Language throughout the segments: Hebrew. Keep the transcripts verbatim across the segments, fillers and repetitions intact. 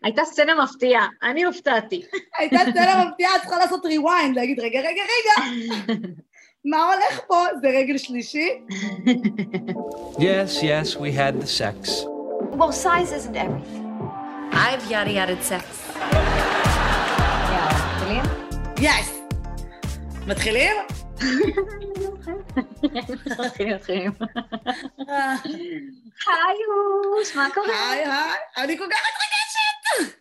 הייתה סצנה מפתיעה, אני הופתעתי. הייתה סצנה מפתיעה, צריכה לעשות ריוויינד, להגיד, רגע, רגע, רגע, מה הולך פה? זה רגל שלישי? Yes, yes, we had the sex. Well, size isn't everything. I've yada yada sex. יאללה, מתחילים? יס! מתחילים? מתחילים, מתחילים. היוש, מה קורה? היי, היי, אני כל כך מתרגשת!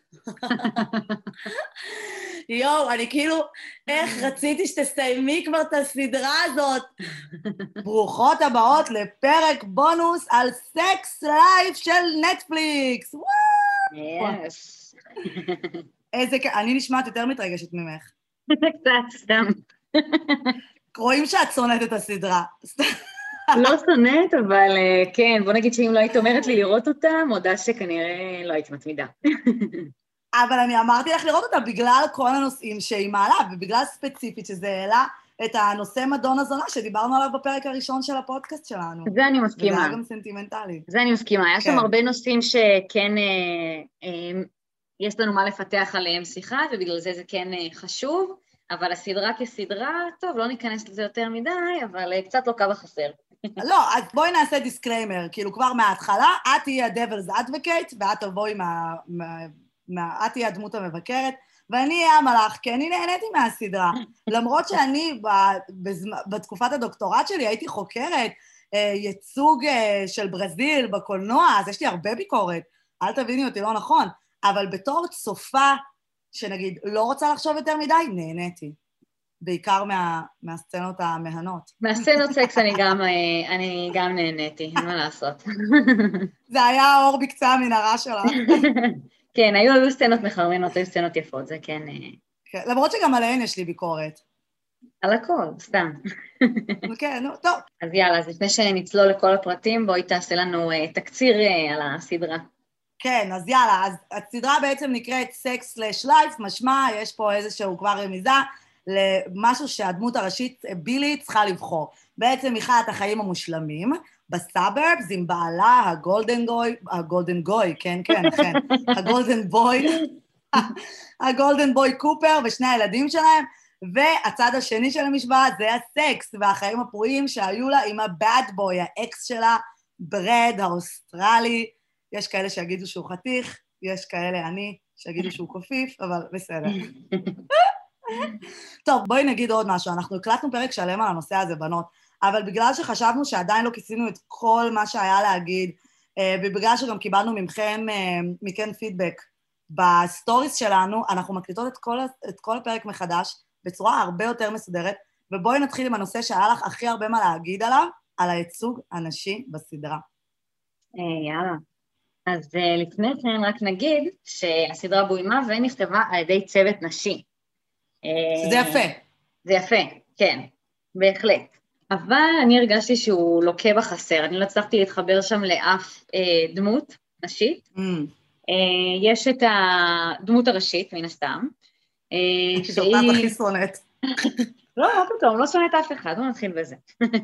יואו, אני כאילו, איך רציתי שתסיימי כבר את הסדרה הזאת. ברוכות הבאות לפרק בונוס על סקס לייף של נטפליקס. וואו! יס. איזה, אני נשמעת יותר מתרגשת ממך. קצת, סתם. רואים שאת שונאת את הסדרה. לא שונאת, אבל כן, בוא נגיד שאם לא היית אומרת לי לראות אותה, מודה שכנראה לא הייתי מתמידה. אבל אני אמרתי לך לראות אותה בגלל כל הנושאים שהיא מעלה, ובגלל ספציפית שזה העלה את הנושא מדונה זונה, שדיברנו עליו בפרק הראשון של הפודקאסט שלנו. זה אני מסכימה. וזה היה גם סנטימנטלי. זה אני מסכימה. היה שם הרבה נושאים שכן יש לנו מה לפתח עליהם שיחה, ובגלל זה זה כן חשוב, אבל הסדרה כסדרה, טוב, לא ניכנס לזה יותר מדי, אבל קצת לא קו חסר. לא, אז בואי נעשה דיסקליימר, כאילו כבר מההתחלה, את תהיי ה-Devil's Advocate, ואת תבואי מה... מה... את תהיי הדמות המבקרת, ואני אהיה המלאך, כי אני נהניתי מהסדרה. למרות שאני בזמ... בתקופת הדוקטורט שלי הייתי חוקרת אה, ייצוג אה, של ברזיל בקולנוע, אז יש לי הרבה ביקורת, אל תביני אותי לא נכון, אבל בתור צופה, שנגיד לא רוצה לחשוב יותר מדי, נהניתי. בעיקר מה, מהסצנות המהנות. מהסצנות סקס אני גם, אני גם נהניתי, אין מה לעשות. זה היה האור בקצה המנהרה שלה. כן, היו היו סצנות מחרמנות, היו סצנות יפות, זה כן... כן, למרות שגם עליהן יש לי ביקורת. על הכל, סתם. כן, נו, טוב. אז יאללה, אז לפני שנצלול לכל הפרטים, בואי תעשה לנו תקציר על הסדרה. כן, אז יאללה, אז הסדרה בעצם נקראת Sex slash Life, משמע, יש פה איזשהו כבר רמיזה, למשהו שהדמות הראשית בילי צריכה לבחור. בעצם היא חיה את החיים המושלמים, בסאברבס עם בעלה, הגולדן גוי, הגולדן גוי, כן, כן, כן, הגולדן בוי, הגולדן בוי קופר ושני הילדים שלהם, והצד השני של המשוואה זה הסקס והחיים הפרועים שהיו לה עם הבאד בוי, האקס שלה, ברד האוסטרלי, יש כאלה שיגידו שהוא חתיך, יש כאלה אני שיגידו שהוא קופיף, אבל בסדר. טוב, בואי נגיד עוד משהו, אנחנו הקלטנו פרק שלם על הנושא הזה, בנות, אבל בגלל שחשבנו שעדיין לא כיסינו את כל מה שהיה להגיד, ובגלל שגם קיבלנו מכם, מכן פידבק בסטוריס שלנו, אנחנו מקליטות את כל, את כל הפרק מחדש, בצורה הרבה יותר מסודרת, ובואי נתחיל עם הנושא שהיה לך הכי הרבה מה להגיד עליו, על הייצוג הנשי בסדרה. יאללה. אז לפני כן רק נגיד שהסדרה בוימה ונכתבה על ידי צוות נשי. זה יפה. זה יפה, כן, בהחלט. אבל אני הרגשתי שהוא לוקה בחסר, אני לא הצלחתי להתחבר שם לאף אה, דמות נשית. Mm. אה, יש את הדמות הראשית, מן הסתם. אה, שהיא... זאת הכי שונאת. לא, לא פתאום, לא שונאת אף אחד, לא נתחיל בזה.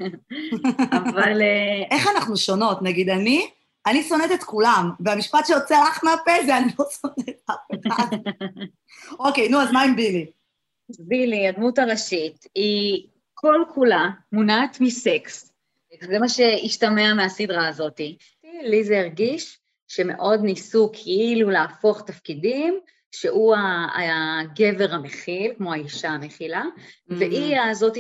אבל... אה... איך אנחנו שונות? נגיד, אני, אני שונאת את כולם, והמשפט שיוצא לך מהפה זה אני לא שונאת אף אחד. אוקיי, נו, אז מה עם בילי? בילי, הדמות הראשית, היא כל כולה מונעת מסקס. זה מה שהשתמע מהסדרה הזאת. לי זה הרגיש שמאוד ניסו כאילו להפוך תפקידים, שהוא הגבר המכיל, כמו האישה המכילה, mm-hmm. והיא הזאת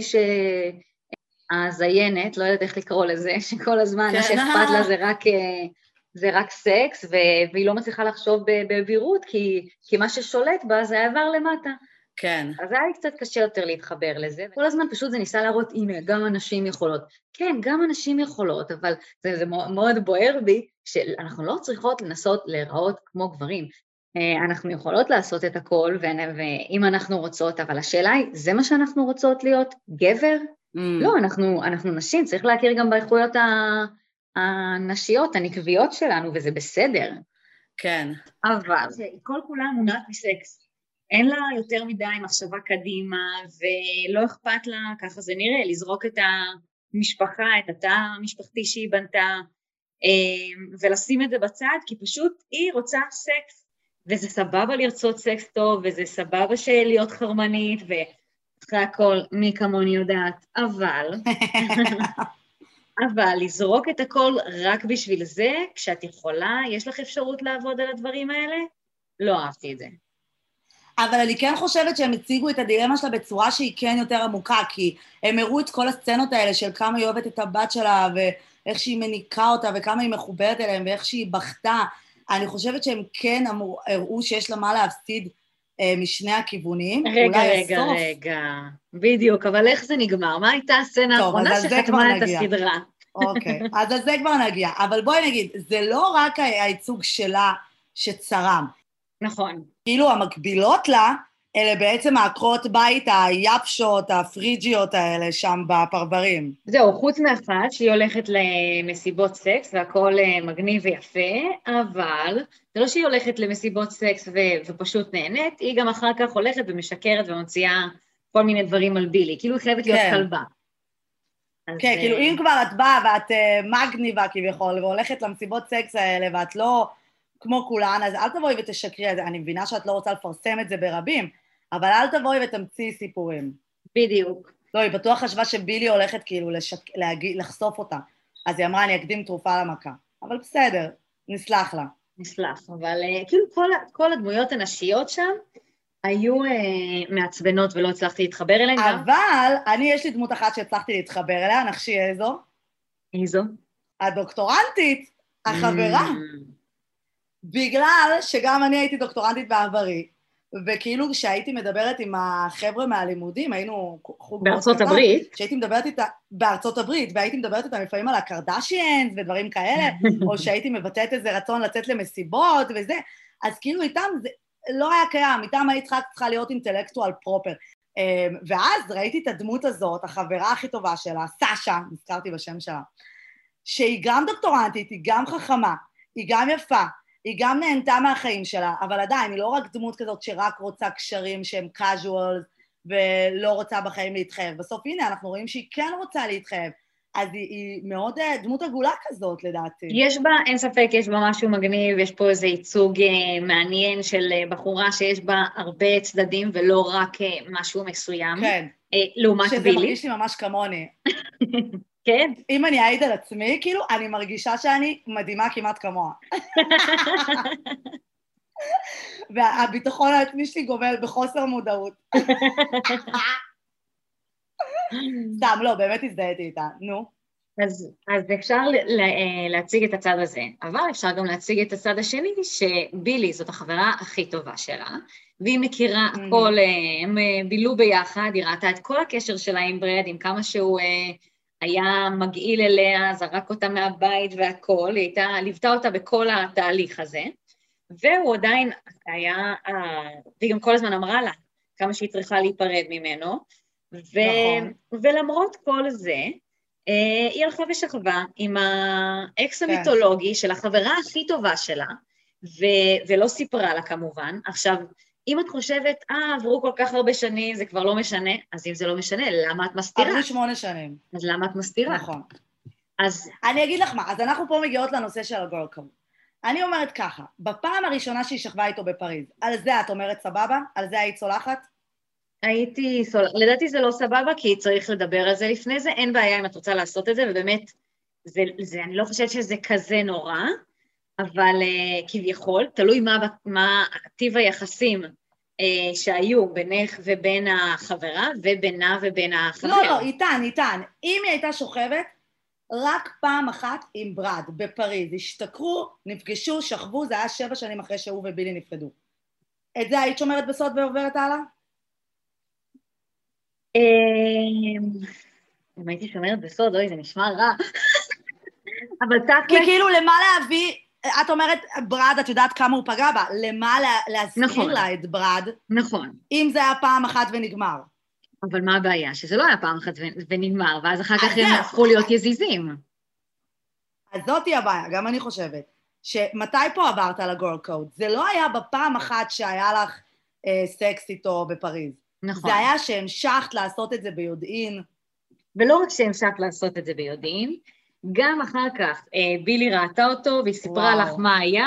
שהזיינת, לא יודעת איך לקרוא לזה, שכל הזמן מה שאכפת לה זה רק, זה רק סקס, והיא לא מצליחה לחשוב בבירות, כי, כי מה ששולט בה זה העבר למטה. כן. אז היה לי קצת קשה יותר להתחבר לזה, וכל הזמן פשוט זה ניסה להראות, הנה, גם אנשים יכולות. כן, גם אנשים יכולות, אבל זה, זה מאוד בוער בי, שאנחנו לא צריכות לנסות להיראות כמו גברים. אנחנו יכולות לעשות את הכל, ואם אנחנו רוצות, אבל השאלה היא, זה מה שאנחנו רוצות להיות? גבר? Mm. לא, אנחנו, אנחנו נשים, צריך להכיר גם באיכויות הנשיות, הנקביות שלנו, וזה בסדר. כן. אבל כל כולה מונעת מסקס. אין לה יותר מדי מחשבה קדימה, ולא אכפת לה, ככה זה נראה, לזרוק את המשפחה, את התא המשפחתי שהיא בנתה, ולשים את זה בצד, כי פשוט היא רוצה סקס, וזה סבבה לרצות סקס טוב, וזה סבבה להיות חרמנית, ואחרי הכל, מי כמוני יודעת, אבל, אבל לזרוק את הכל רק בשביל זה, כשאת יכולה, יש לך אפשרות לעבוד על הדברים האלה? לא אהבתי את זה. אבל אני כן חושבת שהם הציגו את הדילמה שלה בצורה שהיא כן יותר עמוקה, כי הם הראו את כל הסצנות האלה של כמה היא אוהבת את הבת שלה, ואיך שהיא מניקה אותה, וכמה היא מחוברת אליהם, ואיך שהיא בכתה. אני חושבת שהם כן אמור, הראו שיש לה מה להפסיד אה, משני הכיוונים. רגע, רגע, הסוף... רגע. בדיוק, אבל איך זה נגמר? מה הייתה הסצנה האחרונה שחתמה את הסדרה? אוקיי, אז על זה כבר נגיע. אבל בואי נגיד, זה לא רק הייצוג שלה שצרם. נכון. כאילו המקבילות לה, אלה בעצם העקרות בית, היפשות, הפריג'יות האלה שם בפרברים. זהו, חוץ מאחת שהיא הולכת למסיבות סקס, והכל מגניב ויפה, אבל זה לא שהיא הולכת למסיבות סקס ו- ופשוט נהנית, היא גם אחר כך הולכת ומשקרת ומוציאה כל מיני דברים על בילי, כאילו היא חייבת להיות כלבה. כן, כאילו אם כבר את באה ואת מגניבה כביכול, והולכת למסיבות סקס האלה, ואת לא... כמו כולן, אז אל תבואי ותשקרי, אני מבינה שאת לא רוצה לפרסם את זה ברבים, אבל אל תבואי ותמציא סיפורים. בדיוק. לא, היא בטוח חשבה שבילי הולכת כאילו לשק... להגיד, לחשוף אותה, אז היא אמרה, אני אקדים תרופה למכה. אבל בסדר, נסלח לה. נסלח, אבל כאילו כל, כל הדמויות הנשיות שם היו אה, מעצבנות ולא הצלחתי להתחבר אליהן. אבל אני, יש לי דמות אחת שהצלחתי להתחבר אליה, נחשי איזו? איזו? הדוקטורנטית, החברה. Mm. בגלל שגם אני הייתי דוקטורנטית בעברי, וכאילו כשהייתי מדברת עם החבר'ה מהלימודים, היינו חוג בארצות הברית, שהייתי מדברת איתה, בארצות הברית, והייתי מדברת איתה לפעמים על הקרדשיאנס ודברים כאלה, או שהייתי מבטאת איזה רצון לצאת למסיבות וזה, אז כאילו איתם זה לא היה קיים, איתם היית צריכה להיות אינטלקטואל פרופר. ואז ראיתי את הדמות הזאת, החברה הכי טובה שלה, סשה, נזכרתי בשם שלה, שהיא גם דוקטורנטית, היא גם חכמה, היא גם יפה, היא גם נהנתה מהחיים שלה, אבל עדיין, היא לא רק דמות כזאת שרק רוצה קשרים שהם casual, ולא רוצה בחיים להתחייב. בסוף, הנה, אנחנו רואים שהיא כן רוצה להתחייב, אז היא, היא מאוד דמות עגולה כזאת, לדעתי. יש בה, אין ספק, יש בה משהו מגניב, יש פה איזה ייצוג מעניין של בחורה שיש בה הרבה צדדים, ולא רק משהו מסוים. כן. לעומת בילי. שזה מרגיש לי ממש כמוני. כן. אם אני אעיד על עצמי, כאילו, אני מרגישה שאני מדהימה כמעט כמוה. והביטחון העצמי שלי גובל בחוסר מודעות. סתם, לא, באמת הזדהיתי איתה. נו. אז, אז אפשר להציג את הצד הזה, אבל אפשר גם להציג את הצד השני, שבילי זאת החברה הכי טובה שלה, והיא מכירה הכל, הם בילו ביחד, היא ראתה את כל הקשר שלה עם ברד, עם כמה שהוא... היה מגעיל אליה, זרק אותה מהבית והכל, היא הייתה, ליוותה אותה בכל התהליך הזה, והוא עדיין היה, והיא גם כל הזמן אמרה לה, כמה שהיא צריכה להיפרד ממנו, ו, נכון. ולמרות כל זה, היא הלכה ושכבה עם האקס המיתולוגי של החברה הכי טובה שלה, ו, ולא סיפרה לה כמובן. עכשיו, אם את חושבת, אה, עברו כל כך הרבה שנים, זה כבר לא משנה, אז אם זה לא משנה, למה את מסתירה? עברו שמונה שנים. אז למה את מסתירה? נכון. אז... אני אגיד לך מה, אז אנחנו פה מגיעות לנושא של הגורל קוד. אני אומרת ככה, בפעם הראשונה שהיא שכבה איתו בפריז, על זה את אומרת סבבה? על זה היית סולחת? הייתי סולחת, לדעתי זה לא סבבה, כי צריך לדבר על זה לפני זה, אין בעיה אם את רוצה לעשות את זה, ובאמת, זה, זה, אני לא חושבת שזה כזה נורא, אבל uh, כביכול, תלוי מה, מה טיב היחסים uh, שהיו בינך ובין החברה, ובינה ובין החבר. לא, לא, איתן, איתן. אם היא הייתה שוכבת, רק פעם אחת עם ברד, בפריז, השתכרו, נפגשו, שכבו, זה היה שבע שנים אחרי שהוא ובילי נפרדו. את זה היית שומרת בסוד ועוברת הלאה? אם הייתי שומרת בסוד, אוי, זה נשמע רע. אבל תכל'ס... כי כאילו, למה להביא... את אומרת, ברד, את יודעת כמה הוא פגע בה, למה להזכיר נכון. לה את ברד? נכון. אם זה היה פעם אחת ונגמר. אבל מה הבעיה? שזה לא היה פעם אחת ונגמר, ואז אחר כך הם הפכו להיות יזיזים. אז זאת היא הבעיה, גם אני חושבת. שמתי פה עברת על הגורל קוד? זה לא היה בפעם אחת שהיה לך אה, סקס איתו בפריז. נכון. זה היה שהמשכת לעשות את זה ביודעין. ולא רק שהמשכת לעשות את זה ביודעין, גם אחר כך אה, בילי ראתה אותו והיא סיפרה וואו. לך מה היה,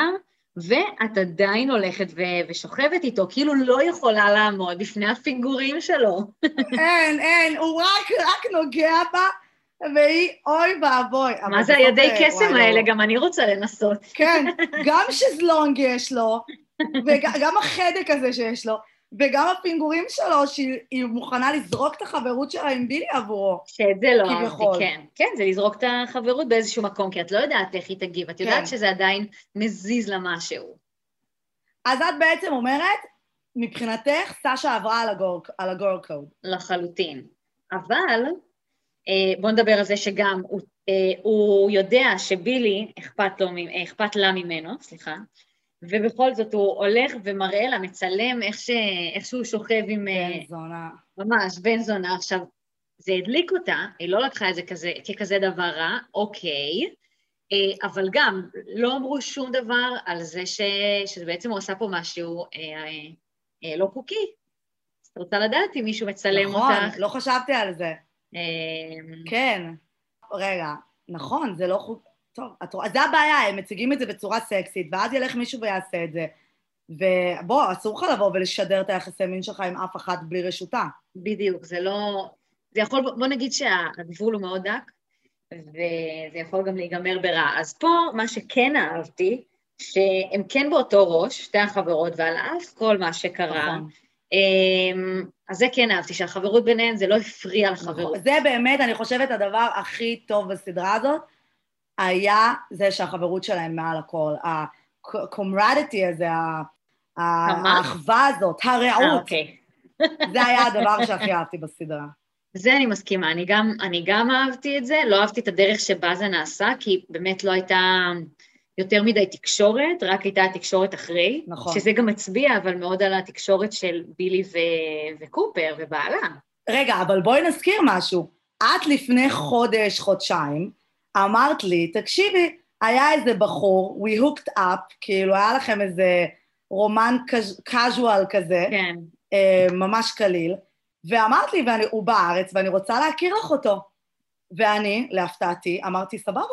ואת עדיין הולכת ו- ושוכבת איתו, כאילו לא יכולה לעמוד בפני הפיגורים שלו. אין, אין, הוא רק, רק נוגע בה, והיא, אוי ואבוי. מה זה הידי קסם האלה? גם אני רוצה לנסות. כן, גם שזלונג יש לו, וגם החדק הזה שיש לו, וגם הפינגורים שלו, שהיא מוכנה לזרוק את החברות שלה עם בילי עבורו. שאת זה לא אהבתי, כן. כן, זה לזרוק את החברות באיזשהו מקום, כי את לא יודעת איך היא תגיב, את יודעת שזה עדיין מזיז לה משהו. אז את בעצם אומרת, מבחינתך, סשה עברה על הגורל קוד. לחלוטין. אבל, בוא נדבר על זה שגם הוא יודע שבילי אכפת, לו, אכפת לה ממנו, סליחה, ובכל זאת הוא הולך ומראה לה, מצלם איך, ש... איך שהוא שוכב עם... בן זונה. ממש, בן זונה. עכשיו, זה הדליק אותה, היא לא לקחה את זה כזה, ככזה דבר רע, אוקיי, אבל גם לא אמרו שום דבר על זה ש... שבעצם הוא עשה פה משהו אה, אה, לא חוקי. אז אתה רוצה לדעת אם מישהו מצלם נכון, אותך? נכון, לא חשבתי על זה. אה... כן. רגע, נכון, זה לא חוקי. טוב, אז זה הבעיה, הם מציגים את זה בצורה סקסית, ואז ילך מישהו ויעשה את זה, ובוא, אסור לך לבוא ולשדר את היחסי מין שלך עם אף אחד בלי רשותה. בדיוק, זה לא... זה יכול, בוא נגיד שהגבול הוא מאוד דק, וזה יכול גם להיגמר ברע. אז פה, מה שכן אהבתי, שהם כן באותו ראש, שתי החברות, ועל אף כל מה שקרה, נכון. אז זה כן אהבתי, שהחברות ביניהן זה לא הפריע לחברות. זה באמת, אני חושבת, הדבר הכי טוב בסדרה הזאת, היה זה שהחברות שלהם מעל הכל, הקומרדיטי הזה, האחווה הזאת, הרעות. זה היה הדבר שהכי אהבתי בסדרה. זה אני מסכימה, אני גם, אני גם אהבתי את זה, לא אהבתי את הדרך שבה זה נעשה, כי באמת לא הייתה יותר מדי תקשורת, רק הייתה התקשורת אחרי, נכון. שזה גם מצביע, אבל מאוד על התקשורת של בילי ו- וקופר ובעלה. רגע, אבל בואי נזכיר משהו. את לפני חודש, חודשיים, אמרת לי, תקשיבי, היה איזה בחור, we hooked up, כאילו היה לכם איזה רומן casual כזה, כן. ממש קליל, ואמרת לי, ואני, הוא בארץ, ואני רוצה להכיר לך אותו. ואני, להפתעתי, אמרתי, סבבה.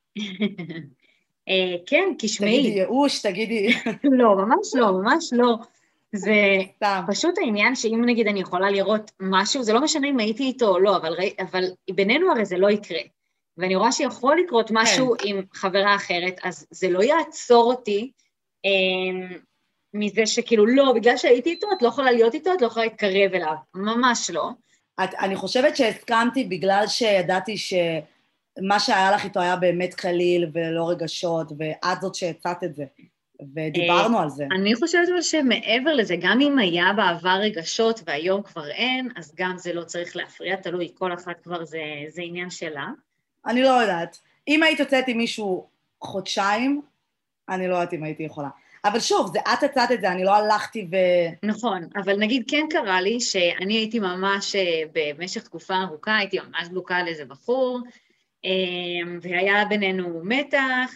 כן, כשמעי. תגידי ייאוש, תגידי... לא, ממש לא, ממש לא. זה פשוט העניין שאם נגיד אני יכולה לראות משהו, זה לא משנה אם הייתי איתו או לא, אבל, אבל בינינו הרי זה לא יקרה. ואני רואה שיכול לקרות משהו עם חברה אחרת, אז זה לא יעצור אותי אה, מזה שכאילו לא, בגלל שהייתי איתו, את לא יכולה להיות איתו, את לא יכולה להתקרב אליו. ממש לא. את, אני חושבת שהסכמתי בגלל שידעתי שמה שהיה לך איתו היה באמת קליל ולא רגשות, ואת זאת שהצעת את זה. ודיברנו על זה. אני חושבת שמעבר לזה, גם אם היה בעבר רגשות והיום כבר אין, אז גם זה לא צריך להפריע, תלוי, כל אחת כבר זה, זה עניין שלה. אני לא יודעת. אם היית יוצאת עם מישהו חודשיים, אני לא יודעת אם הייתי יכולה. אבל שוב, זה את הצעת את זה, אני לא הלכתי ו... נכון, אבל נגיד כן קרה לי שאני הייתי ממש במשך תקופה ארוכה, הייתי ממש בלוקה על איזה בחור, והיה בינינו מתח,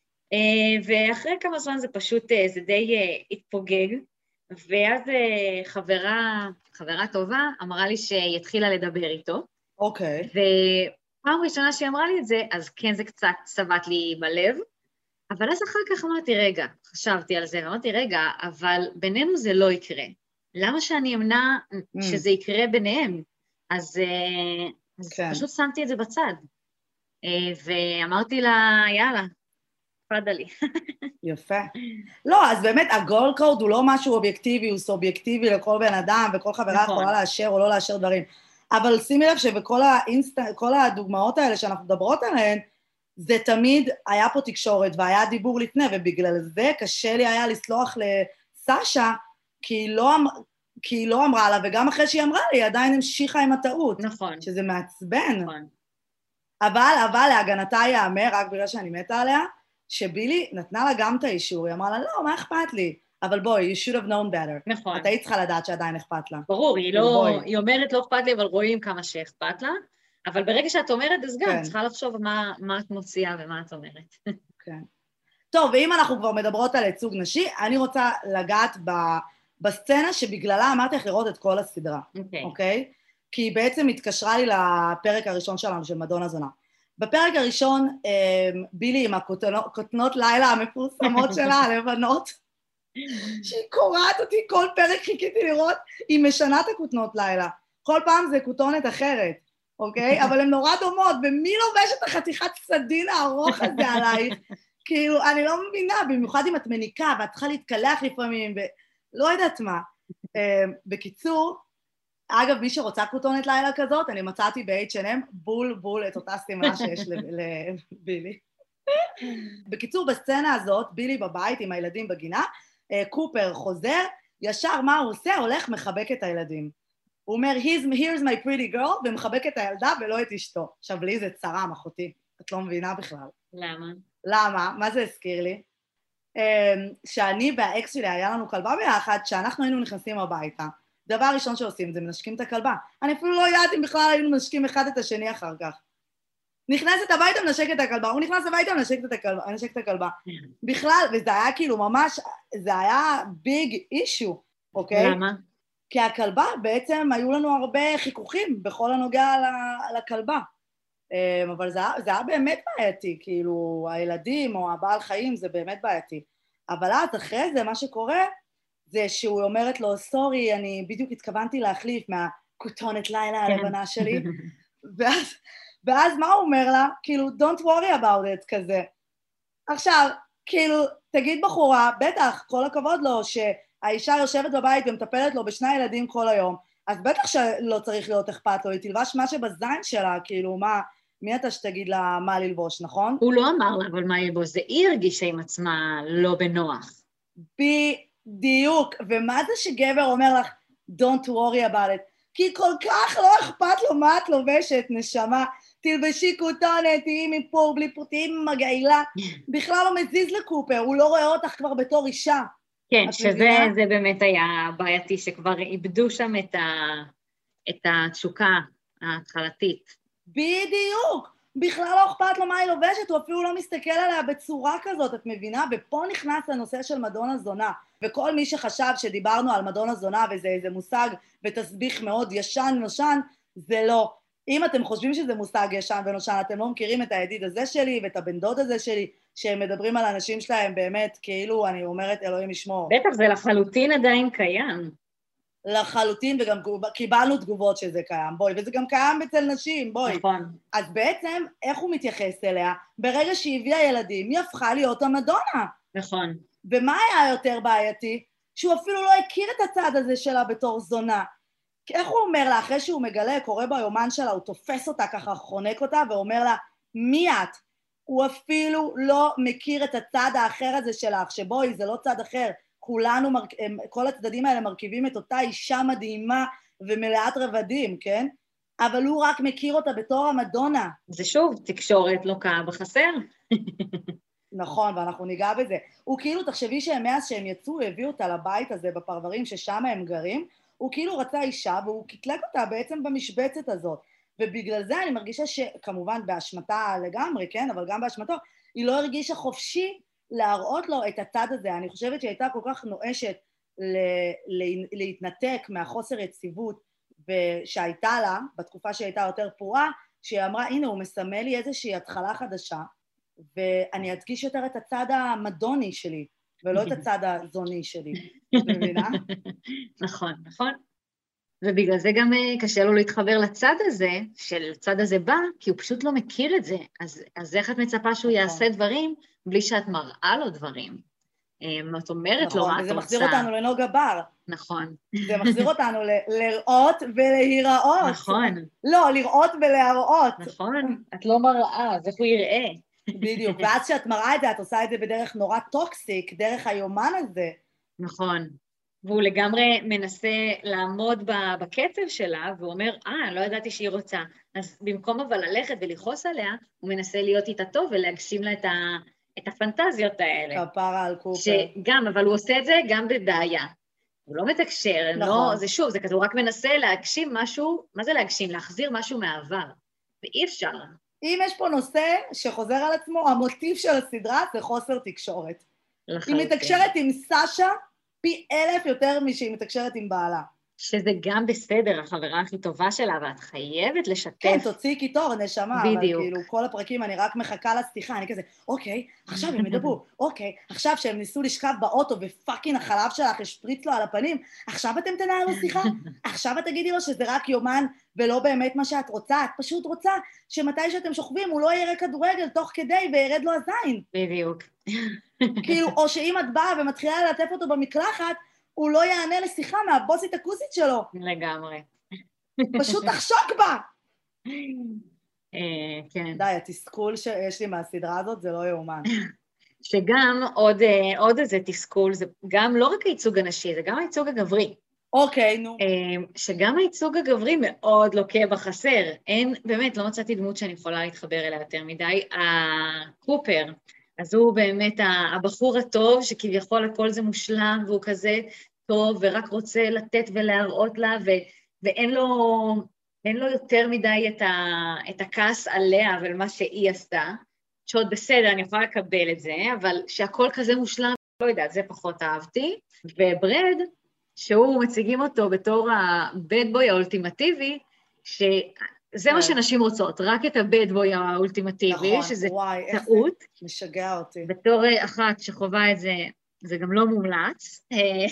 ואחרי כמה זמן זה פשוט, זה די התפוגג, ואז חברה, חברה טובה אמרה לי שהיא התחילה לדבר איתו. אוקיי. ופעם ראשונה שהיא אמרה לי את זה, אז כן זה קצת צבט לי בלב, אבל אז אחר כך אמרתי, רגע, חשבתי על זה, ואמרתי, רגע, אבל בינינו זה לא יקרה. למה שאני אמנע mm. שזה יקרה ביניהם? אז, אז כן. פשוט שמתי את זה בצד. ואמרתי לה, יאללה, פרדה לי. יפה. לא, אז באמת, הגול קוד הוא לא משהו אובייקטיבי, הוא סובייקטיבי לכל בן אדם, וכל חברה נכון. יכולה לאשר או לא לאשר דברים. אבל שימי לב שבכל האינסט... כל הדוגמאות האלה שאנחנו מדברות עליהן, זה תמיד היה פה תקשורת והיה דיבור לפני, ובגלל זה קשה לי היה לסלוח לסשה, כי היא לא, כי היא לא אמרה לה, וגם אחרי שהיא אמרה לי, היא עדיין המשיכה עם הטעות. נכון. שזה מעצבן. נכון. אבל, אבל להגנתה יאמר, רק בגלל שאני מתה עליה, שבילי נתנה לה גם את האישור, היא אמרה לה, לא, מה אכפת לי? אבל בואי, you should have known better. נכון. את היית צריכה לדעת שעדיין אכפת לה. ברור, היא לא, היא אומרת לא אכפת לי, אבל רואים כמה שאכפת לה. אבל ברגע שאת אומרת, אז גם, כן. צריכה לחשוב מה, מה את מוציאה ומה את אומרת. כן. טוב, ואם אנחנו כבר מדברות על ייצוג נשי, אני רוצה לגעת ב, בסצנה שבגללה אמרתי לך לראות את כל הסדרה. אוקיי. אוקיי? כי היא בעצם התקשרה לי לפרק הראשון שלנו, של מדונה זונה. בפרק הראשון, בילי עם הכותנות לילה המפורסמות שלה, הלבנות, שהיא קוראת אותי, כל פרק חיכיתי לראות, היא משנה את הכותנות לילה. כל פעם זה כותונת אחרת, אוקיי? אבל הן נורא דומות, ומי לובש את החתיכת סדין הארוך הזה עלייך? כאילו, אני לא מבינה, במיוחד אם את מניקה, ואת צריכה להתקלח לפעמים, ולא יודעת מה. בקיצור, אגב, מי שרוצה כותונת לילה כזאת, אני מצאתי ב-אייץ' אנד אם בול בול את אותה סימנה שיש לבילי. בקיצור, בסצנה הזאת, בילי בבית עם הילדים בגינה, קופר חוזר, ישר מה הוא עושה? הולך מחבק את הילדים. הוא אומר, here's my pretty girl, ומחבק את הילדה ולא את אשתו. עכשיו, לי זה צרם, אחותי, את לא מבינה בכלל. למה? למה? מה זה הזכיר לי? שאני והאקס שלי, היה לנו כלבה ביחד, שאנחנו היינו נכנסים הביתה. דבר ראשון שעושים זה מנשקים את הכלבה. אני אפילו לא יודעת אם בכלל היינו מנשקים אחד את השני אחר כך. נכנסת הביתה, מנשק את הכלבה, הוא נכנס הביתה, מנשק את הכלבה, מנשק את הכלבה. בכלל, וזה היה כאילו ממש, זה היה ביג אישו, אוקיי? למה? כי הכלבה בעצם היו לנו הרבה חיכוכים בכל הנוגע לכלבה. אבל זה, זה היה באמת בעייתי, כאילו הילדים או הבעל חיים זה באמת בעייתי. אבל אז אחרי זה מה שקורה זה שהוא אומרת לו, סורי, אני בדיוק התכוונתי להחליף מהכותונת לילה הלבנה שלי. ואז, ואז מה הוא אומר לה? כאילו, don't worry about it כזה. עכשיו, כאילו, תגיד בחורה, בטח, כל הכבוד לו שהאישה יושבת בבית ומטפלת לו בשני ילדים כל היום, אז בטח שלא צריך להיות אכפת לו, היא תלבש מה שבזין שלה, כאילו, מה, מי אתה שתגיד לה מה ללבוש, נכון? הוא לא אמר לה, אבל מה ללבוש, זה היא הרגישה עם עצמה לא בנוח. בדיוק, ומה זה שגבר אומר לך, don't worry about it, כי כל כך לא אכפת לו מה את לובשת, נשמה, תלבשי כותונת, תהיי מפה, בלי פה, תהיי מגעילה, בכלל לא מזיז לקופר, הוא לא רואה אותך כבר בתור אישה. כן, שזה זה באמת היה בעייתי, שכבר איבדו שם את, ה, את התשוקה ההתחלתית. בדיוק, בכלל לא אכפת לו מה היא לובשת, הוא אפילו לא מסתכל עליה בצורה כזאת, את מבינה? ופה נכנס לנושא של מדונה זונה, וכל מי שחשב שדיברנו על מדונה זונה וזה איזה מושג ותסביך מאוד ישן נושן, זה לא. אם אתם חושבים שזה מושג ישן ונושן, אתם לא מכירים את הידיד הזה שלי ואת הבן דוד הזה שלי, שהם מדברים על אנשים שלהם באמת, כאילו אני אומרת אלוהים ישמור. בטח, זה לחלוטין עדיין קיים. לחלוטין, וגם קיבלנו תגובות שזה קיים, בואי, וזה גם קיים אצל נשים, בואי. נכון. אז בעצם, איך הוא מתייחס אליה? ברגע שהיא הביאה ילדים, היא הפכה להיות המדונה. נכון. ומה היה יותר בעייתי? שהוא אפילו לא הכיר את הצד הזה שלה בתור זונה. איך הוא אומר לה, אחרי שהוא מגלה, קורא ביומן שלה, הוא תופס אותה ככה, חונק אותה, ואומר לה, מי את? הוא אפילו לא מכיר את הצד האחר הזה שלך, שבואי, זה לא צד אחר. כולנו, כל הצדדים האלה מרכיבים את אותה אישה מדהימה ומלאת רבדים, כן? אבל הוא רק מכיר אותה בתור המדונה. זה שוב, תקשורת לוקה בחסר. נכון, ואנחנו ניגע בזה. הוא כאילו, תחשבי שמאז שהם יצאו, הביאו אותה לבית הזה בפרברים ששם הם גרים, הוא כאילו רצה אישה והוא קטלג אותה בעצם במשבצת הזאת. ובגלל זה אני מרגישה שכמובן באשמתה לגמרי, כן? אבל גם באשמתו, היא לא הרגישה חופשי להראות לו את הצד הזה. אני חושבת שהיא הייתה כל כך נואשת להתנתק מהחוסר יציבות שהייתה לה, בתקופה שהייתה יותר פרועה, שהיא אמרה, הנה, הוא מסמל לי איזושהי התחלה חדשה, ואני אדגיש יותר את הצד המדוני שלי, ולא את הצד הזוני שלי. מבינה? נכון, נכון. ובגלל זה גם קשה לו להתחבר לצד הזה, של הצד הזה בא, כי הוא פשוט לא מכיר את זה. אז, אז איך את מצפה שהוא יעשה דברים, בלי שאת מראה לו דברים? את אומרת לו מה את רוצה. וזה מחזיר אותנו לנוגה בר. נכון. זה מחזיר אותנו לראות ולהיראות. נכון. לא, לראות ולהראות. נכון. את לא מראה, אז איך הוא יראה? בדיוק, ואז כשאת מראה את זה, את עושה את זה בדרך נורא טוקסיק, דרך היומן הזה. נכון. והוא לגמרי מנסה לעמוד בקצב שלה, והוא אומר, אה, לא ידעתי שהיא רוצה. אז במקום אבל ללכת ולכעוס עליה, הוא מנסה להיות איתה טוב ולהגשים לה את, ה, את הפנטזיות האלה. כפרה על קופר. שגם, אבל הוא עושה את זה גם בבעיה. הוא לא מתקשר, נכון. לא, זה שוב, זה כזה, הוא רק מנסה להגשים משהו, מה זה להגשים? להחזיר משהו מהעבר. ואי אפשר. אם יש פה נושא שחוזר על עצמו, המוטיב של הסדרה זה חוסר תקשורת. לחלוטין. היא מתקשרת עם סשה, פי אלף יותר משהיא מתקשרת עם בעלה. שזה גם בסדר, החברה הכי טובה שלה, ואת חייבת לשתף. כן, תוציאי קיטור, נשמה, אבל בדיוק. כאילו, כל הפרקים אני רק מחכה לשיחה, אני כזה, אוקיי, עכשיו הם ידברו, אוקיי, עכשיו שהם ניסו לשכב באוטו ופאקינג החלב שלך השפריץ לו על הפנים, עכשיו אתם תנהלו שיחה? עכשיו את תגידי לו שזה רק יומן ולא באמת מה שאת רוצה, את פשוט רוצה שמתי שאתם שוכבים הוא לא יראה כדורגל תוך כדי וירד לו הזין. בדיוק. כאילו, או שאם את באה ומתחילה ללטף אותו במקלחת, הוא לא יענה לשיחה מהבוסית הכוסית שלו. לגמרי. פשוט תחשוק בה. כן. די, התסכול שיש לי מהסדרה הזאת, זה לא יאומן. שגם עוד, עוד איזה תסכול, זה גם לא רק הייצוג הנשי, זה גם הייצוג הגברי. אוקיי, נו. שגם הייצוג הגברי מאוד לוקה בחסר. אין, באמת, לא מצאתי דמות שאני יכולה להתחבר אליה יותר מדי. הקופר, אז הוא באמת הבחור הטוב, שכביכול הכל זה מושלם, והוא כזה טוב, ורק רוצה לתת ולהראות לה, ו, ואין לו, אין לו יותר מדי את, ה, את הכעס עליה, ועל מה שהיא עשתה, שעוד בסדר, אני יכולה לקבל את זה, אבל שהכל כזה מושלם, לא יודעת, זה פחות אהבתי. וברד, שהוא מציגים אותו בתור הבד בוי האולטימטיבי, שזה מה שנשים רוצות, רק את הבד בוי האולטימטיבי, נכון, שזה וואי, טעות. משגע אותי. בתור אחת שחובה את זה, זה גם לא מומלץ.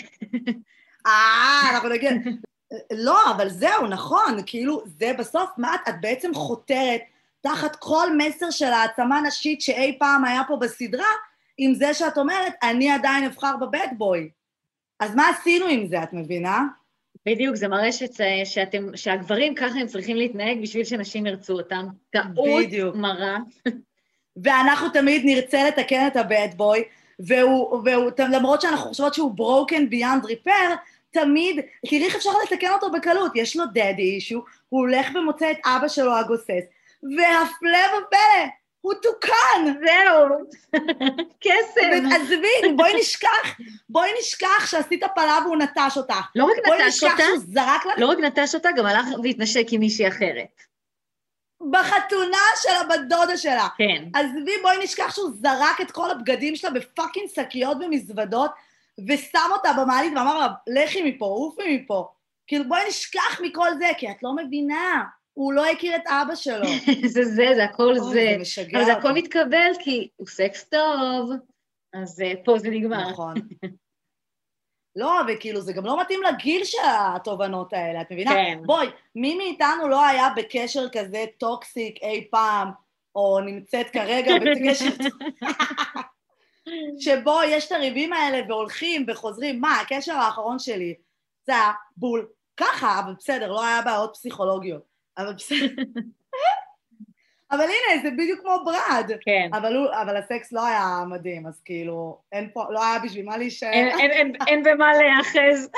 אה, אנחנו נגיד, לא, אבל זהו, נכון, כאילו, זה בסוף, מה את, את בעצם חותרת תחת כל מסר של העצמה נשית שאי פעם היה פה בסדרה, עם זה שאת אומרת, אני עדיין אבחר בבד בוי. אז מה עשינו עם זה, את מבינה? בדיוק, זה מראה שצ... שאתם, שהגברים ככה הם צריכים להתנהג בשביל שנשים ירצו אותם. טעות מרה. ואנחנו תמיד נרצה לתקן את הבד בוי, והוא, והוא, למרות שאנחנו חושבות שהוא broken beyond repair, תמיד, תראי איך אפשר לתקן אותו בקלות, יש לו daddy issue, הוא הולך ומוצא את אבא שלו הגוסס, והפלא ופלא, הוא תוקן. זהו, קסם. עזבי, בואי נשכח, בואי נשכח שעשית פלה והוא נטש אותך. לא רק נטש אותה, זרק לך... לא רק נטש אותה, גם הלך והתנשק עם מישהי אחרת. בחתונה של הבת דודה שלה. כן. עזבי, בואי נשכח שהוא זרק את כל הבגדים שלה בפאקינג שקיות ומזוודות, ושם אותה במעלית ואמר לה, לכי מפה, עופי מפה. כאילו, בואי נשכח מכל זה, כי את לא מבינה. הוא לא הכיר את אבא שלו. זה זה, זה הכל זה. זה משגע. אבל זה הכל מתקבל כי הוא סקס טוב, אז פה זה נגמר. נכון. לא, וכאילו זה גם לא מתאים לגיל של התובנות האלה, את מבינה? כן. בואי, מי מאיתנו לא היה בקשר כזה טוקסיק אי פעם, או נמצאת כרגע בקשר... שבו יש את הריבים האלה והולכים וחוזרים, מה, הקשר האחרון שלי, זה היה בול, ככה, אבל בסדר, לא היה בעיות פסיכולוגיות, אבל בסדר. אבל הנה, זה בדיוק כמו ברד. כן. אבל, הוא, אבל הסקס לא היה מדהים, אז כאילו, אין פה, לא היה בשביל מה להישאר. אין, אין, אין, אין במה להיאחז.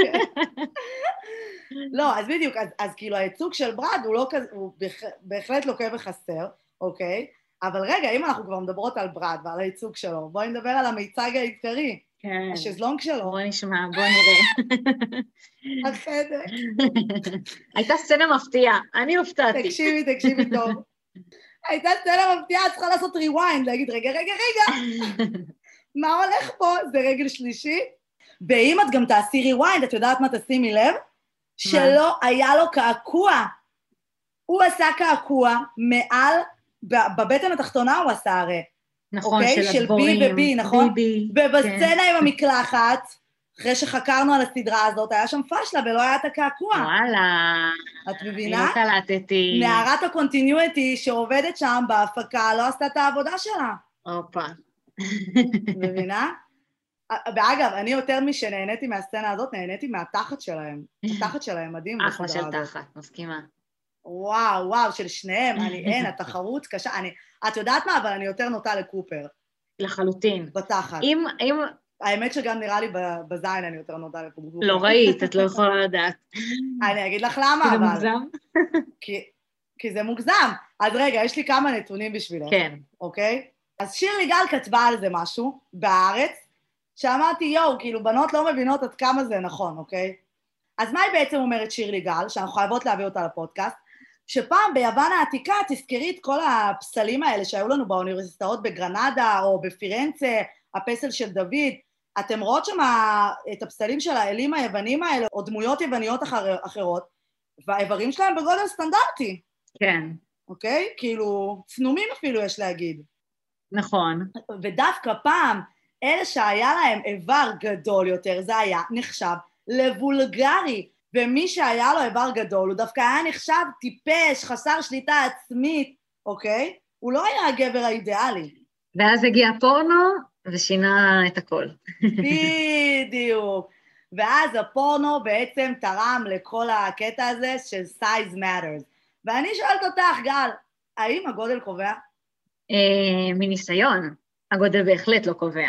לא, אז בדיוק, אז, אז כאילו הייצוג של ברד הוא, לא כזה, הוא בהחלט לוקה וחסר, אוקיי? אבל רגע, אם אנחנו כבר מדברות על ברד ועל הייצוג שלו, בואי נדבר על המיצג העיקרי. כן. השזלונג שלו. בואי נשמע, בואי נראה. החדק. הייתה סצנה מפתיעה, אני הופתעתי. תקשיבי, תקשיבי טוב. הייתה סצנה מפתיעה, צריכה לעשות ריוויינד, להגיד, רגע, רגע, רגע. מה הולך פה? זה רגל שלישי. ואם את גם תעשי ריוויינד, את יודעת מה תשימי לב? שלא היה לו קעקוע. הוא עשה קעקוע מעל, בבטן התחתונה הוא עשה הרי. נכון, של הדבורים. של בי ובי, נכון? בי, ובסצנה עם המקלחת, אחרי שחקרנו על הסדרה הזאת, היה שם פשלה ולא היה את הקעקוע. וואלה. את מבינה? אני לא קלטתי. נערת הקונטיניויטי שעובדת שם בהפקה לא עשתה את העבודה שלה. אופה. מבינה? ואגב, אני יותר משנהניתי מהסצנה הזאת, נהניתי מהתחת שלהם. התחת שלהם מדהים. אחלה של תחת, מסכימה. וואו, וואו, של שניהם, אני אין, התחרות קשה, אני, את יודעת מה, אבל אני יותר נוטה לקופר. לחלוטין. בתחת. אם, אם... האמת שגם נראה לי בזין אני יותר נוטה לקופר. לא ראית, את לא יכולה לדעת. אני אגיד לך למה, אבל... כי זה מוגזם? כי, כי זה מוגזם. אז רגע, יש לי כמה נתונים בשבילך. כן. אוקיי? אז שירלי גל כתבה על זה משהו, בארץ, שאמרתי, יואו, כאילו, בנות לא מבינות עד כמה זה נכון, אוקיי? אז מה היא בעצם אומרת שירלי גל, שאנחנו חייבות להביא אותה לפודקאסט, שפעם ביוון העתיקה, תזכרי את כל הפסלים האלה שהיו לנו באוניברסיטאות בגרנדה או בפירנצה, הפסל של דוד, אתם רואות שם את הפסלים של האלים היוונים האלה, או דמויות יווניות אחר, אחרות, והאיברים שלהם בגודל סטנדרטי. כן. אוקיי? כאילו, צנומים אפילו יש להגיד. נכון. ודווקא פעם, אלה שהיה להם איבר גדול יותר, זה היה נחשב לבולגרי, ומי שהיה לו איבר גדול, הוא דווקא היה נחשב טיפש, חסר שליטה עצמית, אוקיי? הוא לא היה הגבר האידיאלי. ואז הגיע פורנו ושינה את הכל. בדיוק. ואז הפורנו בעצם תרם לכל הקטע הזה של size matters. ואני שואלת אותך, גל, האם הגודל קובע? אה, מניסיון, הגודל בהחלט לא קובע.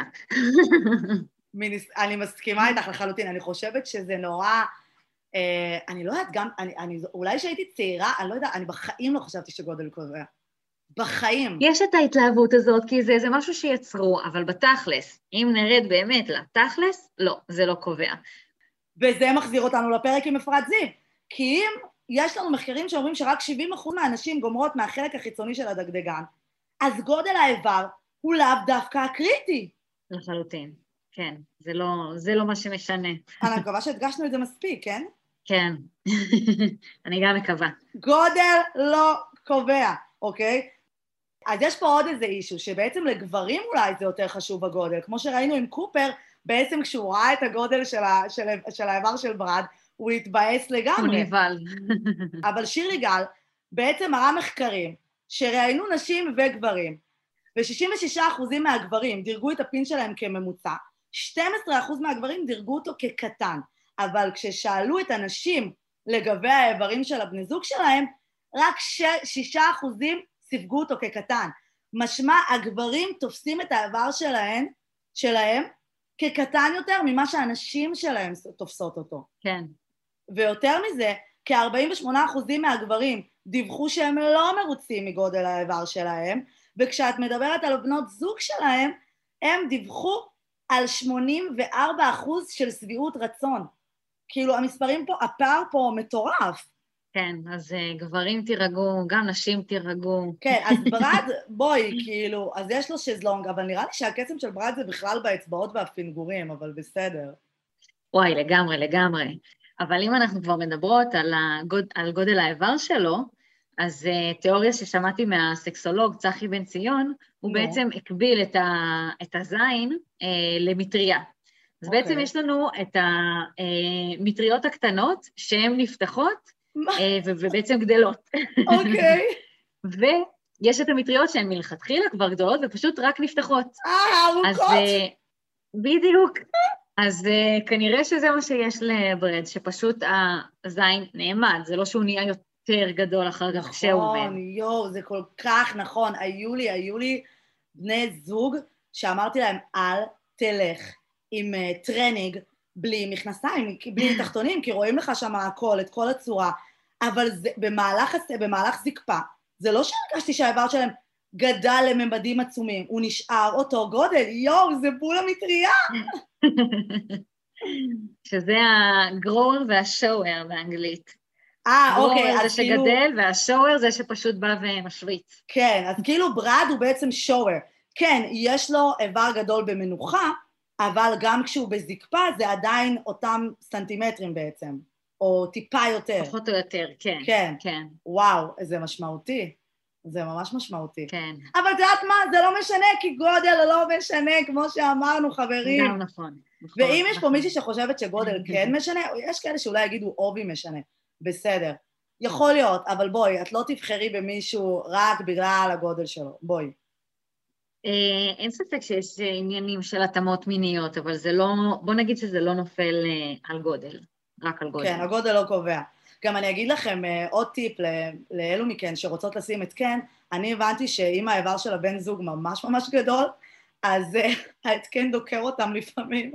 מניס... אני מסכימה איתך לחלוטין, אני חושבת שזה נורא, אה, אני לא יודעת גם, אני, אני, אולי שהייתי צעירה, אני לא יודעת, אני בחיים לא חשבתי שגודל קובע. בחיים. יש את ההתלהבות הזאת, כי זה, זה משהו שיצרו, אבל בתכלס, אם נרד באמת לתכלס, לא, זה לא קובע. וזה מחזיר אותנו לפרק עם אפרת זיו, כי אם יש לנו מחקרים שאומרים שרק שבעים אחוז מהאנשים גומרות מהחלק החיצוני של הדגדגן, אז גודל האיבר הוא לאו דווקא הקריטי. לחלוטין, כן, זה לא, זה לא מה שמשנה. אני מקווה שהדגשנו את זה מספיק, כן? כן, אני גם מקווה. גודל לא קובע, אוקיי? אז יש פה עוד איזה אישו, שבעצם לגברים אולי זה יותר חשוב הגודל, כמו שראינו עם קופר, בעצם כשהוא ראה את הגודל של, ה, של, של האיבר של ברד, הוא התבאס לגמרי. הוא נבהל. אבל שירי גל בעצם מראה מחקרים שראיינו נשים וגברים, ו-שישים ושישה אחוז מהגברים דירגו את הפין שלהם כממוצע, שנים עשר אחוז מהגברים דירגו אותו כקטן, אבל כששאלו את הנשים לגבי האיברים של הבני זוג שלהם, רק שישה אחוזים סיווגו אותו כקטן. משמע, הגברים תופסים את האיבר שלהם, שלהם כקטן יותר ממה שהנשים שלהם תופסות אותו. כן. ויותר מזה, כ-ארבעים ושמונה אחוז מהגברים דיווחו שהם לא מרוצים מגודל האיבר שלהם, וכשאת מדברת על בנות זוג שלהם, הם דיווחו על שמונים וארבעה אחוז של שביעות רצון. כאילו, המספרים פה, הפער פה מטורף. כן, אז uh, גברים תירגעו, גם נשים תירגעו. כן, אז ברד, בואי, כאילו, אז יש לו שזלונג, אבל נראה לי שהקסם של ברד זה בכלל באצבעות והפינגורים, אבל בסדר. וואי, לגמרי, לגמרי. אבל אם אנחנו כבר מדברות על, הגוד, על גודל האיבר שלו, אז uh, תיאוריה ששמעתי מהסקסולוג צחי בן ציון, הוא no. בעצם הקביל את, ה, את הזין uh, למטריה. אז okay. בעצם יש לנו את המטריות הקטנות שהן נפתחות, ובעצם גדלות. אוקיי. ויש את המטריות שהן מלכתחילה כבר גדולות, ופשוט רק נפתחות. אה, ארוכות. בדיוק. אז כנראה שזה מה שיש לברד, שפשוט הזין נעמד, זה לא שהוא נהיה יותר גדול אחר כך כשהוא עובד. נכון, יו, זה כל כך נכון. היו לי, היו לי בני זוג שאמרתי להם, אל תלך עם טרנינג, בלי מכנסיים, בלי תחתונים, כי רואים לך שם הכל, את כל הצורה, אבל זה, במהלך, במהלך זקפה, זה לא שהרגשתי שהאיבר שלהם גדל לממדים עצומים, הוא נשאר אותו גודל, יואו, זה בול המטריה. שזה הגרוור והשואר באנגלית. אה, אוקיי, אז זה כאילו... שגדל, והשואר זה שפשוט בא ומשוויץ. כן, אז כאילו ברד הוא בעצם שואר. כן, יש לו איבר גדול במנוחה, אבל גם כשהוא בזקפה זה עדיין אותם סנטימטרים בעצם, או טיפה יותר. פחות או יותר, כן. כן. כן. וואו, זה משמעותי. זה ממש משמעותי. כן. אבל את יודעת מה? זה לא משנה, כי גודל לא משנה, כמו שאמרנו, חברים. גם נכון. נכון ואם נכון. יש פה מישהי שחושבת שגודל כן משנה, יש כאלה שאולי יגידו אובי משנה. בסדר. יכול להיות, אבל בואי, את לא תבחרי במישהו רק בגלל הגודל שלו. בואי. אין ספק שיש עניינים של התאמות מיניות, אבל זה לא, בוא נגיד שזה לא נופל על גודל, רק על גודל. כן, הגודל לא קובע. גם אני אגיד לכם עוד טיפ לאלו מכן שרוצות לשים את כן, אני הבנתי שאם האיבר של הבן זוג ממש ממש גדול, אז ההתקן דוקר אותם לפעמים.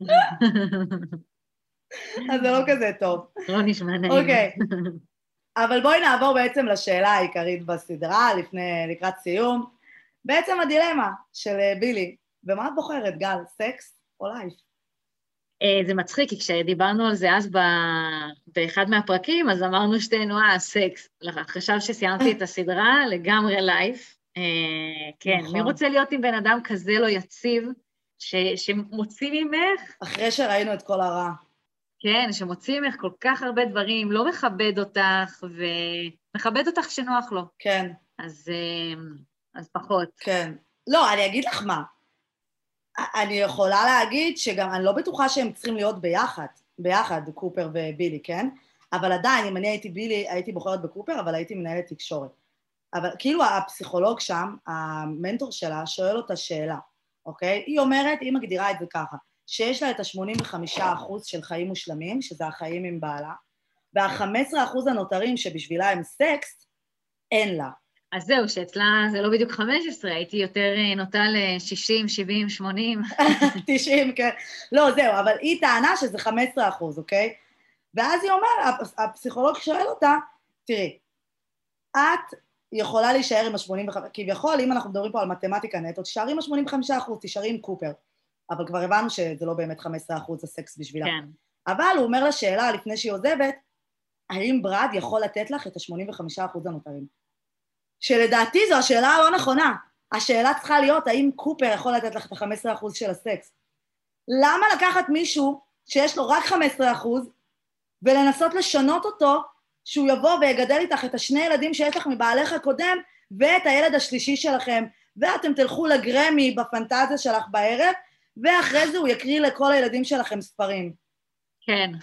אז זה לא כזה טוב. לא נשמע נעים. אוקיי. אבל בואי נעבור בעצם לשאלה העיקרית בסדרה, לפני, לקראת סיום. בעצם הדילמה של בילי, ומה את בוחרת, גל, סקס או לייף? זה מצחיק, כי כשדיברנו על זה אז באחד מהפרקים, אז אמרנו שתינו, אה, סקס. עכשיו שסיימתי את הסדרה, לגמרי לייף. כן, מי רוצה להיות עם בן אדם כזה לא יציב, ש- שמוציא ממך, אחרי שראינו את כל הרע. כן, שמוציא ממך כל כך הרבה דברים, לא מכבד אותך, ומכבד אותך שנוח לו. כן. אז, אה, אז פחות. כן. לא, אני אגיד לך מה. אני יכולה להגיד שגם, אני לא בטוחה שהם צריכים להיות ביחד, ביחד, קופר ובילי, כן? אבל עדיין, אם אני הייתי בילי, הייתי בוחרת בקופר, אבל הייתי מנהלת תקשורת. אבל כאילו הפסיכולוג שם, המנטור שלה, שואל אותה שאלה, אוקיי? היא אומרת, היא מגדירה את זה ככה, שיש לה את ה-שמונים וחמישה אחוז של חיים מושלמים, שזה החיים עם בעלה, וה-חמישה עשר אחוז הנותרים שבשבילה הם סקס, אין לה. אז זהו, שאצלה זה לא בדיוק חמש עשרה, הייתי יותר נוטה ל-שישים, שבעים, שמונים. תשעים, כן. לא, זהו, אבל היא טענה שזה חמישה עשר אחוז, אוקיי? ואז היא אומרת, הפסיכולוג שואל אותה, תראי, את יכולה להישאר עם ה-שמונים וחמישה, כביכול, אם אנחנו מדברים פה על מתמטיקה נטו, תישארי עם ה-שמונים וחמישה אחוז, תישארי עם קופר. אבל כבר הבנו שזה לא באמת חמישה עשר אחוז הסקס בשבילה. כן. אבל הוא אומר לה שאלה לפני שהיא עוזבת, האם ברד יכול לתת לך את ה-שמונים וחמישה אחוז הנותרים? שלדעתי זו השאלה הלא נכונה. השאלה צריכה להיות, האם קופר יכול לתת לך את ה-חמישה עשר אחוז של הסקס? למה לקחת מישהו שיש לו רק חמישה עשר אחוז, ולנסות לשנות אותו, שהוא יבוא ויגדל איתך את השני ילדים שיש לך מבעלך הקודם, ואת הילד השלישי שלכם, ואתם תלכו לגרמי בפנטזיה שלך בערב, ואחרי זה הוא יקריא לכל הילדים שלכם ספרים. כן.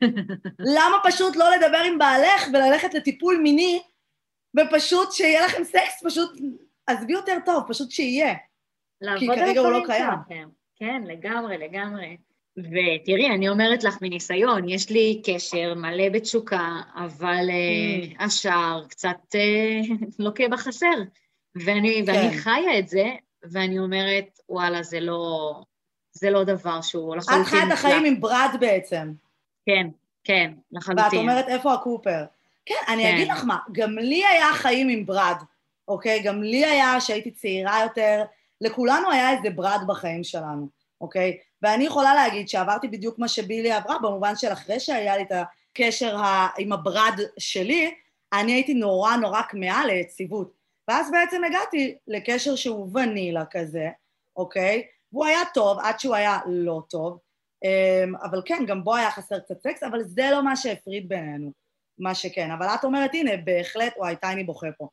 למה פשוט לא לדבר עם בעלך וללכת לטיפול מיני, ופשוט שיהיה לכם סקס, פשוט, עזבי יותר טוב, פשוט שיהיה. כי כרגע הוא לא קיים. שלכם. כן, לגמרי, לגמרי. ותראי, אני אומרת לך מניסיון, יש לי קשר מלא בתשוקה, אבל mm. uh, השאר קצת uh, לוקה בחסר. ואני, כן. ואני חיה את זה, ואני אומרת, וואלה, זה לא, זה לא דבר שהוא לחלוטין. את חיה את החיים עם ברד בעצם. כן, כן, לחלוטין. ואת אומרת, איפה הקופר? כן, אני כן. אגיד לך מה, גם לי היה חיים עם ברד, אוקיי? גם לי היה שהייתי צעירה יותר, לכולנו היה איזה ברד בחיים שלנו, אוקיי? ואני יכולה להגיד שעברתי בדיוק מה שבילי עברה, במובן של אחרי שהיה לי את הקשר ה... עם הברד שלי, אני הייתי נורא נורא כמהה ליציבות. ואז בעצם הגעתי לקשר שהוא ונילה כזה, אוקיי? והוא היה טוב, עד שהוא היה לא טוב, אבל כן, גם בו היה חסר קצת סקס, אבל זה לא מה שהפריד בינינו, מה שכן. אבל את אומרת, הנה, בהחלט, וואי, טייני בוכה פה.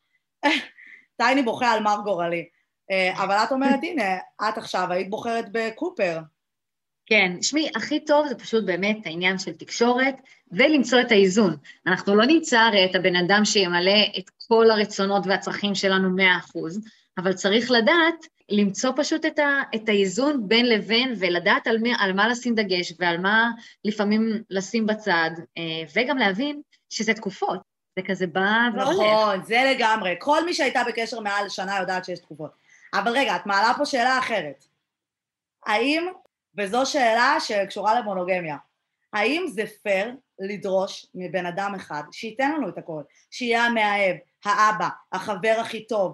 טייני בוכה על מר גורלי. אבל את אומרת, הנה, את עכשיו היית בוחרת בקופר. כן, שמי, הכי טוב זה פשוט באמת העניין של תקשורת, ולמצוא את האיזון. אנחנו לא נמצא הרי את הבן אדם שימלא את כל הרצונות והצרכים שלנו מאה אחוז, אבל צריך לדעת, למצוא פשוט את, ה, את האיזון בין לבין, ולדעת על, מי, על מה לשים דגש, ועל מה לפעמים לשים בצד, וגם להבין שזה תקופות, זה כזה בא והולך. נכון, זה לגמרי. כל מי שהייתה בקשר מעל שנה יודעת שיש תקופות. אבל רגע, את מעלה פה שאלה אחרת. האם, וזו שאלה שקשורה למונוגמיה, האם זה פייר לדרוש מבן אדם אחד, שייתן לנו את הכל, שיהיה המאהב, האבא, החבר הכי טוב,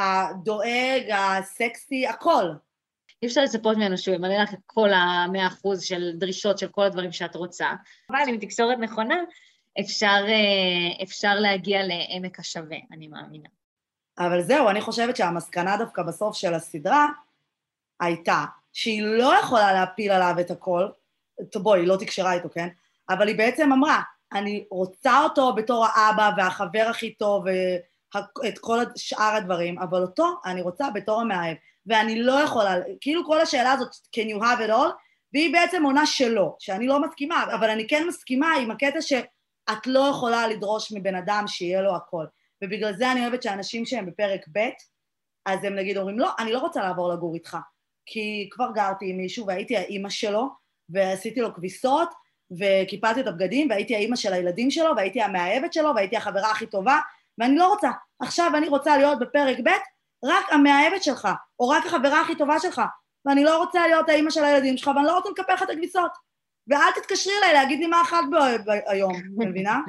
הדואג, הסקסי, הכל? אי אפשר לצפות ממנו שהוא ימלא לך את כל המאה אחוז של דרישות של כל הדברים שאת רוצה, אבל עם תקשורת נכונה, אפשר, אפשר להגיע לעמק השווה, אני מאמינה. אבל זהו, אני חושבת שהמסקנה דווקא בסוף של הסדרה הייתה שהיא לא יכולה להפיל עליו את הכל, בואי, היא לא תקשרה איתו, כן? אבל היא בעצם אמרה, אני רוצה אותו בתור האבא והחבר הכי טוב ואת כל שאר הדברים, אבל אותו אני רוצה בתור המאהב, ואני לא יכולה, כאילו כל השאלה הזאת, can you have it all? והיא בעצם עונה שלא, שאני לא מסכימה, אבל אני כן מסכימה עם הקטע שאת לא יכולה לדרוש מבן אדם שיהיה לו הכל. ובגלל זה אני אוהבת שאנשים שהם בפרק ב', אז הם נגיד אומרים, לא, אני לא רוצה לעבור לגור איתך, כי כבר גרתי עם מישהו והייתי האימא שלו, ועשיתי לו כביסות, וקיפלתי את הבגדים, והייתי האימא של הילדים שלו, והייתי המאהבת שלו, והייתי החברה הכי טובה, ואני לא רוצה. עכשיו אני רוצה להיות בפרק ב', רק המאהבת שלך, או רק החברה הכי טובה שלך, ואני לא רוצה להיות האימא של הילדים שלך, ואני לא רוצה לקפל לך את הכביסות. ואל תתקשרי אליי להגיד לי מה אכלת היום, מבינה?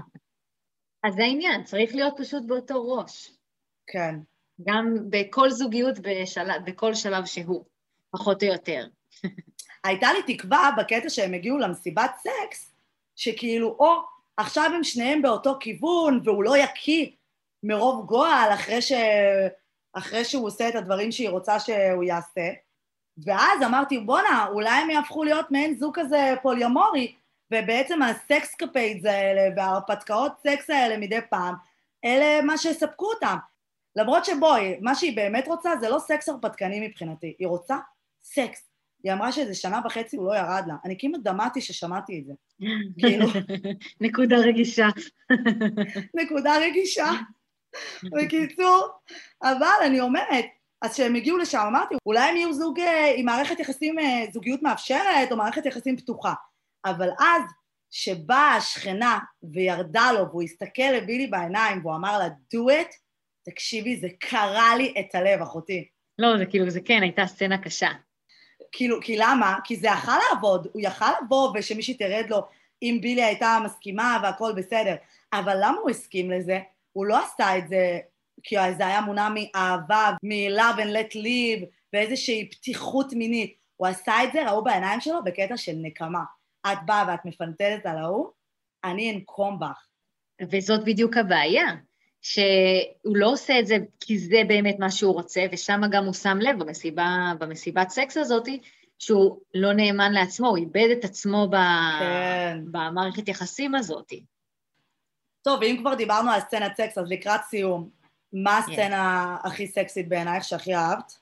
אז זה העניין, צריך להיות פשוט באותו ראש. כן. גם בכל זוגיות, בשל... בכל שלב שהוא, פחות או יותר. הייתה לי תקווה בקטע שהם הגיעו למסיבת סקס, שכאילו, או, עכשיו הם שניהם באותו כיוון, והוא לא יקיא מרוב גועל אחרי, ש... אחרי שהוא עושה את הדברים שהיא רוצה שהוא יעשה, ואז אמרתי, בונה, אולי הם יהפכו להיות מעין זוג כזה פוליומורי, ובעצם הסקס קפיידס האלה וההרפתקאות סקס האלה מדי פעם, אלה מה שיספקו אותם. למרות שבואי, מה שהיא באמת רוצה זה לא סקס הרפתקני מבחינתי, היא רוצה סקס. היא אמרה שאיזה שנה וחצי הוא לא ירד לה. אני כמעט דמעתי ששמעתי את זה. כאילו... נקודה רגישה. נקודה רגישה. בקיצור, אבל אני אומרת, אז כשהם הגיעו לשם, אמרתי, אולי הם יהיו זוג עם מערכת יחסים, זוגיות מאפשרת, או מערכת יחסים פתוחה. אבל אז, שבאה השכנה וירדה לו, והוא הסתכל לבילי בעיניים, והוא אמר לה, do it, תקשיבי, זה קרה לי את הלב, אחותי. לא, זה כאילו, זה כן, הייתה סצנה קשה. כאילו, כי למה? כי זה יכל לעבוד, הוא יכל לבוא ושמישהי תרד לו, אם בילי הייתה מסכימה והכל בסדר. אבל למה הוא הסכים לזה? הוא לא עשה את זה, כי זה היה מונע מאהבה, מ-love and let live, ואיזושהי פתיחות מינית. הוא עשה את זה, ראו בעיניים שלו, בקטע של נקמה. את באה ואת מפנטזת על ההוא, אני אנקום בך. וזאת בדיוק הבעיה, שהוא לא עושה את זה כי זה באמת מה שהוא רוצה, ושם גם הוא שם לב במסיבה, במסיבת סקס הזאת, שהוא לא נאמן לעצמו, הוא איבד את עצמו ב... כן. במערכת יחסים הזאת. טוב, ואם כבר דיברנו על סצנת סקס, אז לקראת סיום, מה הסצנה yeah. הכי סקסית בעינייך שהכי אהבת?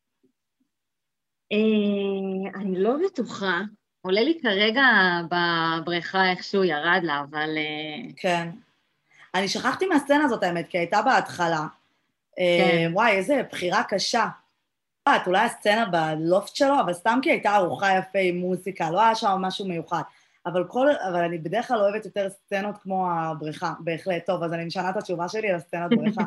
אני לא בטוחה, עולה לי כרגע בבריכה איכשהו ירד לה, אבל... כן. אני שכחתי מהסצנה הזאת, האמת, כי הייתה בהתחלה. כן. וואי, איזה בחירה קשה. את, אולי הסצנה בלופט שלו, אבל סתם כי הייתה ארוחה יפה עם מוזיקה, לא היה שם משהו מיוחד. אבל, כל, אבל אני בדרך כלל אוהבת יותר סצנות כמו הבריכה, בהחלט. טוב, אז אני משנה את התשובה שלי על הסצנת בריכה.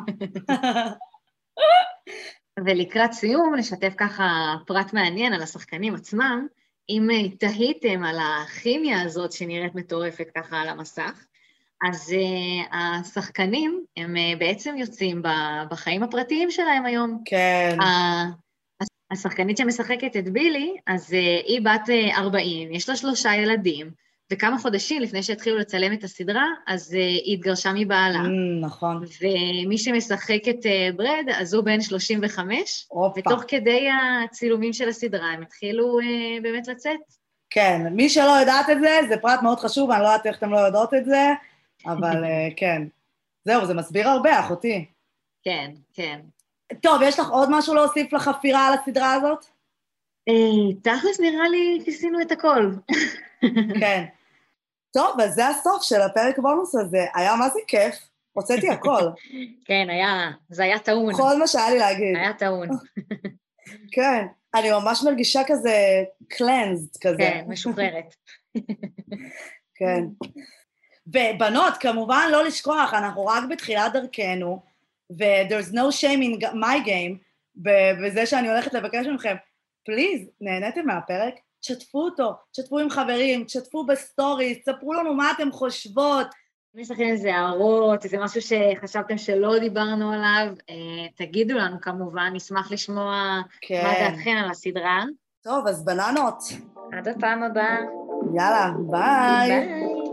ולקראת סיום, נשתף ככה פרט מעניין על השחקנים עצמם, אם תהיתם על הכימיה הזאת שנראית מטורפת ככה על המסך, אז uh, השחקנים הם uh, בעצם יוצאים בחיים הפרטיים שלהם היום. כן. Uh, השחקנית שמשחקת את בילי, אז uh, היא בת uh, ארבעים, יש לה שלושה ילדים, וכמה חודשים לפני שהתחילו לצלם את הסדרה, אז uh, היא התגרשה מבעלה. Mm, נכון. ומי שמשחק את uh, ברד, אז הוא בן שלושים וחמש, אופה. ותוך כדי הצילומים של הסדרה, הם התחילו uh, באמת לצאת. כן, מי שלא יודעת את זה, זה פרט מאוד חשוב, אני לא יודעת איך אתם לא יודעות את זה, אבל כן. זהו, זה מסביר הרבה, אחותי. כן, כן. טוב, יש לך עוד משהו להוסיף לחפירה על הסדרה הזאת? תכלס נראה לי כיסינו את הכל. כן. טוב, אז זה הסוף של הפרק בונוס הזה. היה מה זה כיף, הוצאתי הכל. כן, היה, זה היה טעון. כל מה שהיה לי להגיד. היה טעון. כן, אני ממש מרגישה כזה cleansed כזה. כן, משוחררת. כן. ובנות, כמובן לא לשכוח, אנחנו רק בתחילת דרכנו, ו-there's no shame in my game, בזה שאני הולכת לבקש מכם, פליז, נהניתם מהפרק? תשתפו אותו, תשתפו עם חברים, תשתפו בסטוריס, תספרו לנו מה אתם חושבות. אם יש לכם איזה הערות, איזה משהו שחשבתם שלא דיברנו עליו, תגידו לנו כמובן, נשמח לשמוע כן. מה דעתכם על הסדרה. טוב, אז בננות. עד הפעם הבאה. יאללה, ביי. ביי.